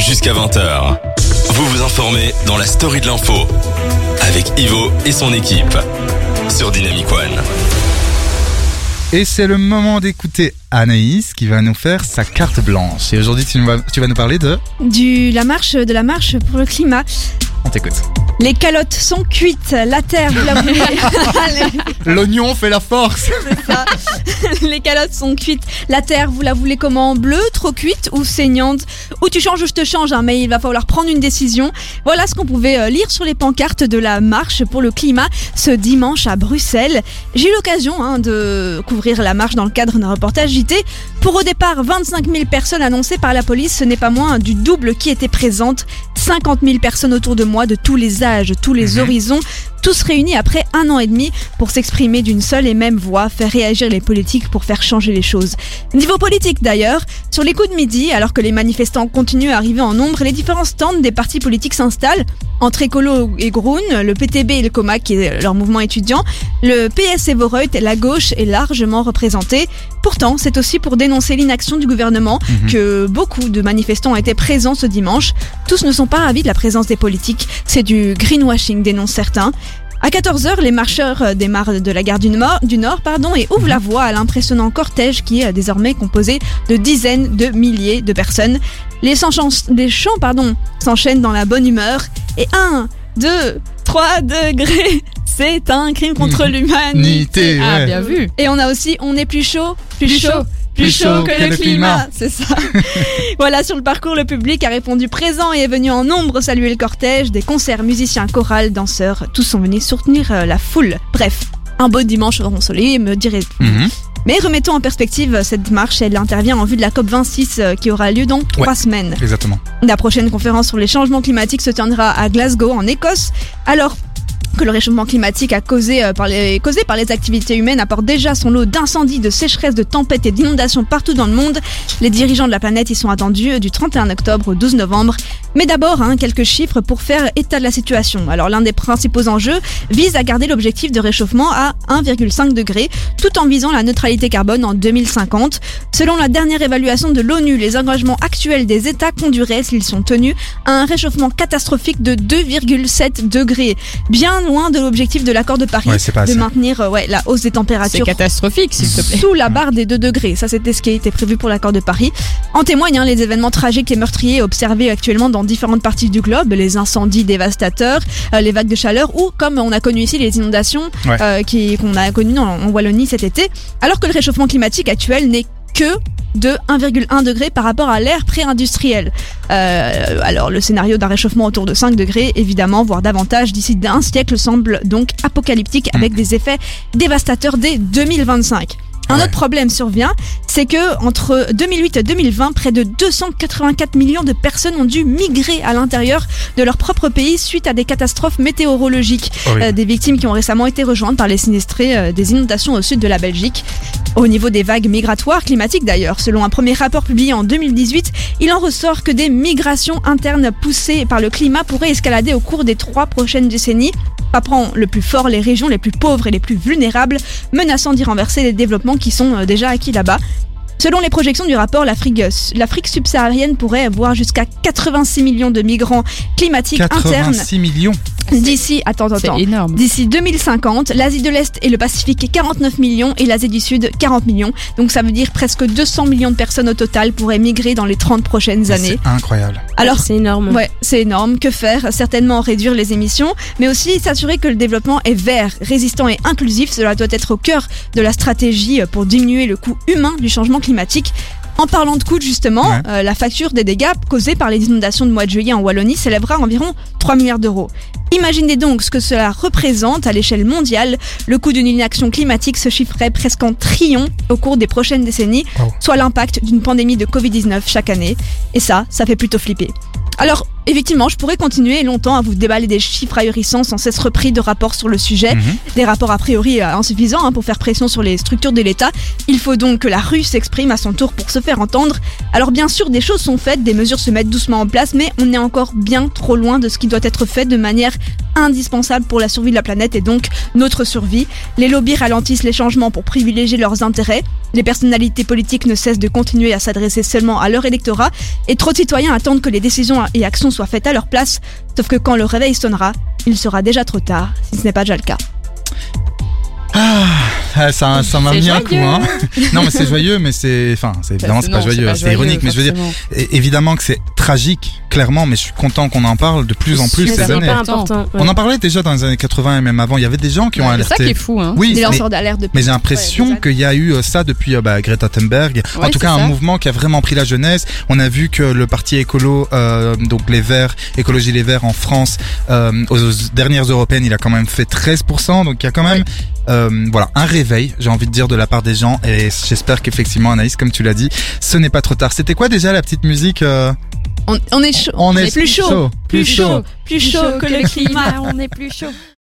jusqu'à 20h. Vous vous informez dans la story de l'info avec Ivo et son équipe sur Dynamic One. Et c'est le moment d'écouter Anaïs qui va nous faire sa carte blanche. Et aujourd'hui, tu vas nous parler de la marche pour le climat. On t'écoute. Les calottes sont cuites, la terre, vous la voulez. L'oignon fait la force. C'est ça. Les calottes sont cuites, la terre, vous la voulez comment? Bleue, trop cuite ou saignante? Ou tu changes ou je te change, hein, mais il va falloir prendre une décision. Voilà ce qu'on pouvait lire sur les pancartes de la marche pour le climat ce dimanche à Bruxelles. J'ai eu l'occasion de couvrir la marche dans le cadre d'un reportage JT. Pour au départ 25 000 personnes annoncées par la police, ce n'est pas moins du double qui étaient présentes. 50 000 personnes autour de moi, de tous les âges, tous les horizons, tous réunis après 1 an et demi pour s'exprimer d'une seule et même voix, faire réagir les politiques pour faire changer les choses. Niveau politique d'ailleurs, sur les coups de midi, alors que les manifestants continuent à arriver en nombre, les différents stands des partis politiques s'installent. Entre Écolo et Groen, le PTB et le COMAC, qui est leur mouvement étudiant, le PS et Voreut, la gauche est largement représentée. Pourtant, c'est aussi pour dénoncer l'inaction du gouvernement que beaucoup de manifestants ont été présents ce dimanche. Tous ne sont pas ravis de la présence des politiques. C'est du greenwashing, dénoncent certains. À 14h, les marcheurs démarrent de la gare du Nord et ouvrent la voie à l'impressionnant cortège qui est désormais composé de dizaines de milliers de personnes. Les chants s'enchaînent dans la bonne humeur et 1, 2, 3 degrés, c'est un crime contre l'humanité. Ah, bien vu. Et on a aussi, on est plus chaud que le climat. C'est ça. Voilà, sur le parcours, le public a répondu présent et est venu en nombre saluer le cortège. Des concerts, musiciens, chorales, danseurs, tous sont venus soutenir la foule. Bref, un beau dimanche ensoleillé, me direz-vous. Mais remettons en perspective cette marche, elle intervient en vue de la COP26 qui aura lieu dans 3 semaines. Exactement. La prochaine conférence sur les changements climatiques se tiendra à Glasgow, en Écosse. Alors que le réchauffement climatique causé par les activités humaines apporte déjà son lot d'incendies, de sécheresses, de tempêtes et d'inondations partout dans le monde. Les dirigeants de la planète y sont attendus du 31 octobre au 12 novembre. Mais d'abord, quelques chiffres pour faire état de la situation. Alors l'un des principaux enjeux vise à garder l'objectif de réchauffement à 1,5 degré, tout en visant la neutralité carbone en 2050. Selon la dernière évaluation de l'ONU, les engagements actuels des États conduiraient, s'ils sont tenus, à un réchauffement catastrophique de 2,7 degrés. Bien loin de l'objectif de l'accord de Paris de maintenir la hausse des températures. C'est catastrophique, s'il te plaît. Sous la barre des 2 degrés. Ça, c'était ce qui a été prévu pour l'accord de Paris. En témoignent les événements tragiques et meurtriers observés actuellement dans différentes parties du globe, les incendies dévastateurs, les vagues de chaleur ou, comme on a connu ici, les inondations qu'on a connues en Wallonie cet été. Alors que le réchauffement climatique actuel n'est que de 1,1 degré par rapport à l'ère pré-industrielle. Alors le scénario d'un réchauffement autour de 5 degrés, évidemment, voire davantage d'ici d'un siècle semble donc apocalyptique avec des effets dévastateurs dès 2025. Un autre problème survient, c'est que entre 2008 et 2020, près de 284 millions de personnes ont dû migrer à l'intérieur de leur propre pays suite à des catastrophes météorologiques. Des victimes qui ont récemment été rejointes par les sinistrés des inondations au sud de la Belgique. Au niveau des vagues migratoires climatiques d'ailleurs, selon un premier rapport publié en 2018, il en ressort que des migrations internes poussées par le climat pourraient escalader au cours des 3 prochaines décennies, frappant le plus fort les régions les plus pauvres et les plus vulnérables, menaçant d'y renverser les développements qui sont déjà acquis là-bas. Selon les projections du rapport, l'Afrique subsaharienne pourrait avoir jusqu'à 86 millions de migrants climatiques internes. 86 millions D'ici, C'est énorme. D'ici 2050, l'Asie de l'Est et le Pacifique 49 millions et l'Asie du Sud 40 millions. Donc ça veut dire presque 200 millions de personnes au total pourraient migrer dans les 30 prochaines années. C'est incroyable. Alors c'est énorme. Ouais, c'est énorme. Que faire? Certainement réduire les émissions, mais aussi s'assurer que le développement est vert, résistant et inclusif. Cela doit être au cœur de la stratégie pour diminuer le coût humain du changement climatique. En parlant de coûts justement, la facture des dégâts causés par les inondations de mois de juillet en Wallonie s'élèvera à environ 3 milliards d'euros. Imaginez donc ce que cela représente à l'échelle mondiale. Le coût d'une inaction climatique se chiffrerait presque en trillions au cours des prochaines décennies, soit l'impact d'une pandémie de Covid-19 chaque année. Et ça fait plutôt flipper. Alors, effectivement, je pourrais continuer longtemps à vous déballer des chiffres ahurissants sans cesse repris de rapports sur le sujet, des rapports a priori insuffisants pour faire pression sur les structures de l'État. Il faut donc que la rue s'exprime à son tour pour se faire entendre. Alors bien sûr, des choses sont faites, des mesures se mettent doucement en place, mais on est encore bien trop loin de ce qui doit être fait de manière indispensable pour la survie de la planète et donc notre survie. Les lobbies ralentissent les changements pour privilégier leurs intérêts. Les personnalités politiques ne cessent de continuer à s'adresser seulement à leur électorat et trop de citoyens attendent que les décisions et actions soient faites à leur place. Sauf que quand le réveil sonnera, il sera déjà trop tard, si ce n'est pas déjà le cas. Ça m'a mis un coup, hein. Non, mais c'est joyeux, mais c'est évidemment, c'est pas joyeux, c'est ironique, mais je veux dire, évidemment que c'est tragique, clairement, mais je suis content qu'on en parle de plus en plus ces années. Important. On en parlait déjà dans les années 80 et même avant, il y avait des gens qui ont alerté. C'est ça qui est fou, hein. Oui, Des lanceurs d'alerte depuis. mais j'ai l'impression qu'il y a eu ça depuis Greta Thunberg. En Ouais, tout cas, c'est un ça. mouvement qui a vraiment pris la jeunesse. On a vu que le parti écolo, donc les Verts, Écologie les Verts en France, aux dernières européennes, il a quand même fait 13%. Donc il y a quand même voilà, un réveil, j'ai envie de dire, de la part des gens, et j'espère qu'effectivement, Anaïs, comme tu l'as dit, ce n'est pas trop tard. C'était quoi déjà la petite musique On est chaud. On est plus chaud. plus chaud. Plus chaud que le climat. On est plus chaud.